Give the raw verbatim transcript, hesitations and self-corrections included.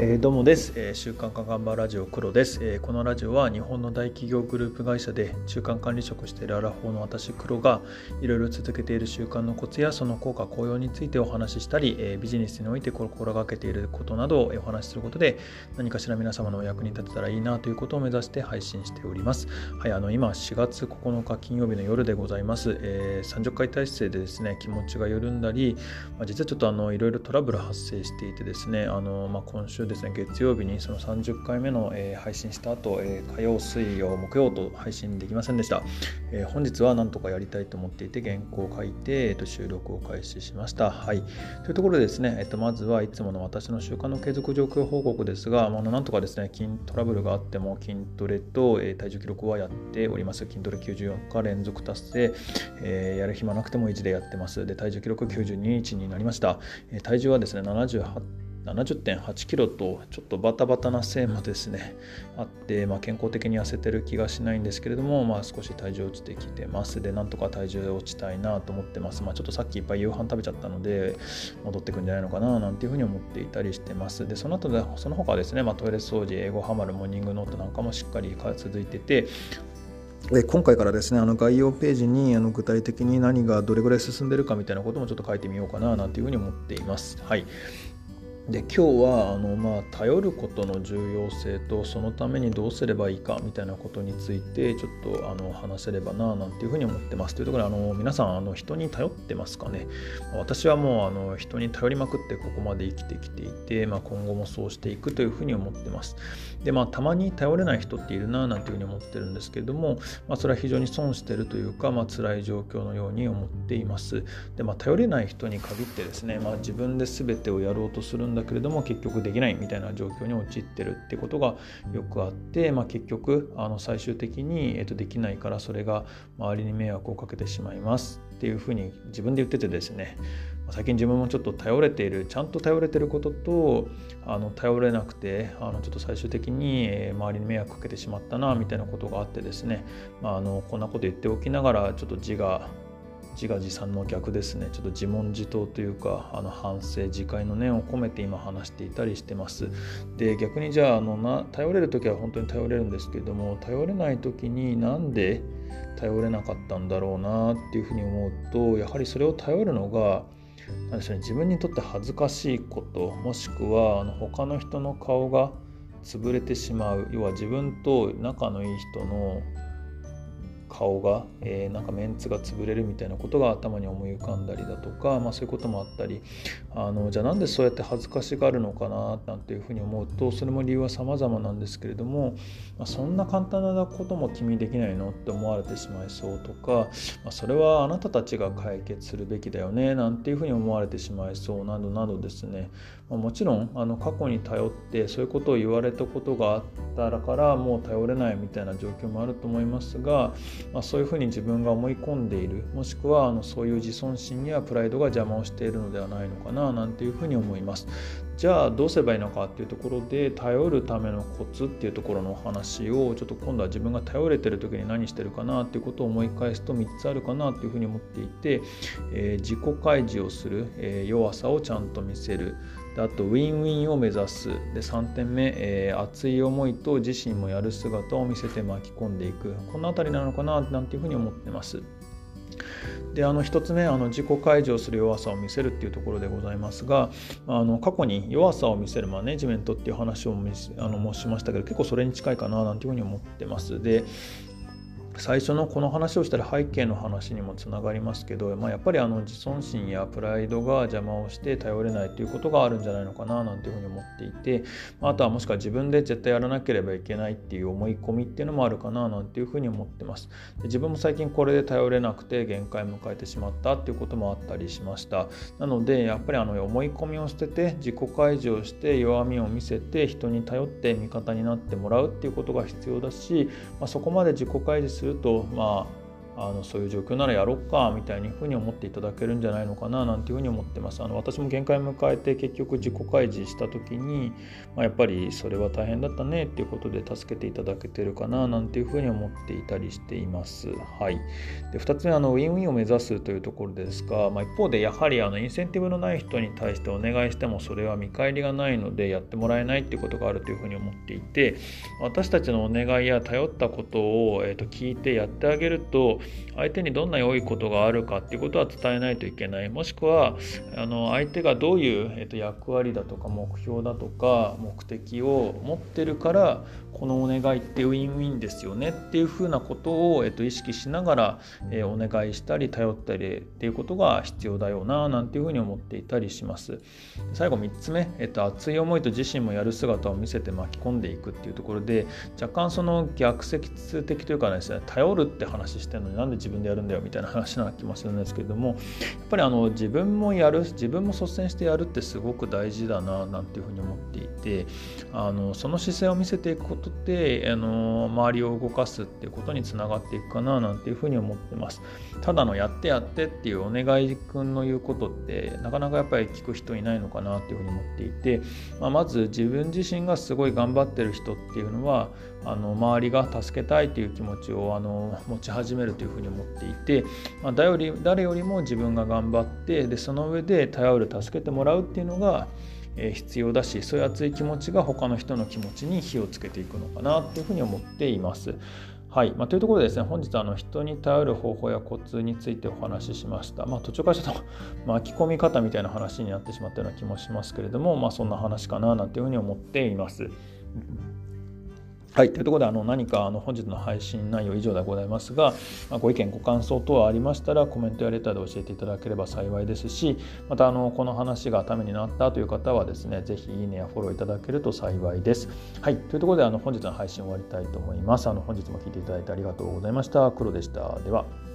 えー、どうもです、えー、週刊化頑張ラジオ黒です、えー、このラジオは日本の大企業グループ会社で中間管理職をしているアラフォーの私黒がいろいろ続けている習慣のコツやその効果効用についてお話ししたり、えー、ビジネスにおいて心がけていることなどをお話しすることで何かしら皆様のお役に立てたらいいなということを目指して配信しております。はい、あの今しがつここのか金曜日の夜でございます。えー、さんじゅっかい体制でですね気持ちが緩んだり、まあ、実はちょっとあのいろいろトラブル発生していてですねあの、まあ、今週ですね月曜日にそのさんじゅっかいめの、えー、配信した後、えー、火曜水曜木曜と配信できませんでした。えー、本日は何とかやりたいと思っていて原稿を書いて、えー、と収録を開始しました。はい、というところでですね、えー、とまずはいつもの私の習慣の継続状況報告ですが、まあ、なんとかですね筋トラブルがあっても筋トレと、えー、体重記録はやっております。筋トレきゅうじゅうよっか連続達成、えー、やる暇なくても維持でやってます。で体重記録きゅうじゅうににちになりました。えー、体重はですねななじゅうはちななじゅってんはちキロとちょっとバタバタなせいもですねあって、まあ、健康的に痩せてる気がしないんですけれども、まあ、少し体重落ちてきてますでなんとか体重落ちたいなと思ってます。まあ、ちょっとさっきいっぱい夕飯食べちゃったので戻ってくんじゃないのかななんていうふうに思っていたりしてます。でその後でその他はですね、まあ、トイレ掃除、英語ハマる、モーニングノートなんかもしっかり続いてて、今回からですねあの概要ページにあの具体的に何がどれぐらい進んでるかみたいなこともちょっと書いてみようかななんていうふうに思っています。はい。で今日はあの、まあ、頼ることの重要性とそのためにどうすればいいかみたいなことについてちょっとあの話せればななんていうふうに思ってます。というところであの皆さんあの人に頼ってますかね。私はもうあの人に頼りまくってここまで生きてきていて、まあ、今後もそうしていくというふうに思ってます。でまあたまに頼れない人っているななんていうふうに思ってるんですけれども、まあ、それは非常に損してるというか、まあ辛い状況のように思っています。でまあ頼れない人に限ってですね、まあ、自分で全てをやろうとするんだけれども結局できないみたいな状況に陥ってるってことがよくあって、まあ、結局あの最終的に、えっと、できないからそれが周りに迷惑をかけてしまいますっていうふうに自分で言っててですね、最近自分もちょっと頼れているちゃんと頼れてることとあの頼れなくてあのちょっと最終的に周りに迷惑かけてしまったなみたいなことがあってですね、まあ、あのこんなこと言っておきながらちょっと自我自画自賛の逆ですね、ちょっと自問自答というかあの反省自戒の念を込めて今話していたりしてます。で逆にじゃあ、あのな頼れる時は本当に頼れるんですけれども頼れない時になんで頼れなかったんだろうなっていうふうに思うと、やはりそれを頼るのがなんでしょうね、自分にとって恥ずかしいこと、もしくはあの他の人の顔が潰れてしまう、要は自分と仲のいい人の顔が、えー、なんかメンツが潰れるみたいなことが頭に思い浮かんだりだとか、まあ、そういうこともあったり、あのじゃあなんでそうやって恥ずかしがるのかななんていうふうに思うと、それも理由は様々なんですけれども、まあ、そんな簡単なことも君できないのって思われてしまいそうとか、まあ、それはあなたたちが解決するべきだよねなんていうふうに思われてしまいそうなどなどですね、まあ、もちろんあの過去に頼ってそういうことを言われたことがあったからもう頼れないみたいな状況もあると思いますが、まあ、そういうふうに自分が思い込んでいる、もしくはあのそういう自尊心やプライドが邪魔をしているのではないのかななんていうふうに思います。じゃあどうすればいいのかっていうところで、頼るためのコツっていうところのお話をちょっと今度は自分が頼れてる時に何してるかなっていうことを思い返すとみっつあるかなっていうふうに思っていて、えー、自己開示をする、えー、弱さをちゃんと見せる、であとウィンウィンを目指す、でさんてんめ、えー、熱い思いと自身もやる姿を見せて巻き込んでいく、このあたりなのかななんていうふうに思ってます。であの一つ目、あの自己開示をする弱さを見せるっていうところでございますが、あの過去に弱さを見せるマネジメントっていう話をあのもしましたけど、結構それに近いかななんていうふうに思ってます。で最初のこの話をしたら背景の話にもつながりますけど、まあ、やっぱりあの自尊心やプライドが邪魔をして頼れないということがあるんじゃないのかななんていうふうに思っていて、あとはもしくは自分で絶対やらなければいけないっていう思い込みっていうのもあるかななんていうふうに思ってます。で自分も最近これで頼れなくて限界を迎えてしまったっていうこともあったりしました。なのでやっぱりあの思い込みを捨てて自己開示をして弱みを見せて人に頼って味方になってもらうっていうことが必要だし、まあ、そこまで自己開示するとまああのそういう状況ならやろっかみたいにふうに思っていただけるんじゃないのかななんていうふうに思ってます。あの私も限界を迎えて結局自己開示した時に、まあ、やっぱりそれは大変だったねっていうことで助けていただけてるかななんていうふうに思っていたりしています。はい、でふたつめあのウィンウィンを目指すというところですが、まあ、一方でやはりあのインセンティブのない人に対してお願いしてもそれは見返りがないのでやってもらえないっていうことがあるというふうに思っていて、私たちのお願いや頼ったことを、えー、と聞いてやってあげると相手にどんな良いことがあるかっていうことは伝えないといけない。もしくはあの相手がどういう、えー、と役割だとか目標だとか目的を持ってるからこのお願いってウィンウィンですよねっていうふうなことを、えー、と意識しながら、えー、お願いしたり頼ったりっていうことが必要だよななんていうふうに思っていたりします。最後みっつめ、えー、と熱い思いと自身もやる姿を見せて巻き込んでいくっていうところで若干その逆説的というかですね、頼るって話してるのになんで自分でやるんだよみたいな話な気もするんですけれども、やっぱりあの自分もやる自分も率先してやるってすごく大事だななんていうふうに思っていて、あのその姿勢を見せていくことってあの周りを動かすっていうことにつながっていくかななんていうふうに思ってます。ただのやってやってっていうお願い君の言うことってなかなかやっぱり聞く人いないのかなっていうふうに思っていて、まあ、まず自分自身がすごい頑張ってる人っていうのはあの周りが助けたいという気持ちをあの持ち始めるというふうに思っていて、まあ、誰より、誰よりも自分が頑張ってでその上で頼る助けてもらうっていうのが必要だし、そういう熱い気持ちが他の人の気持ちに火をつけていくのかなというふうに思っています。はい、まあ、というところでですね、本日あの人に頼る方法やコツについてお話ししました。まあ、途中からちょっと巻き込み方みたいな話になってしまったような気もしますけれども、まあ、そんな話かななんていうふうに思っています。はい、というところであの何かあの本日の配信内容以上でございますが、まあ、ご意見ご感想等ありましたらコメントやレターで教えていただければ幸いですし、またあのこの話がためになったという方はですね、ぜひいいねやフォローいただけると幸いです。はい、というところであの本日の配信終わりたいと思います。あの本日も聞いていただいてありがとうございました。黒でした。では。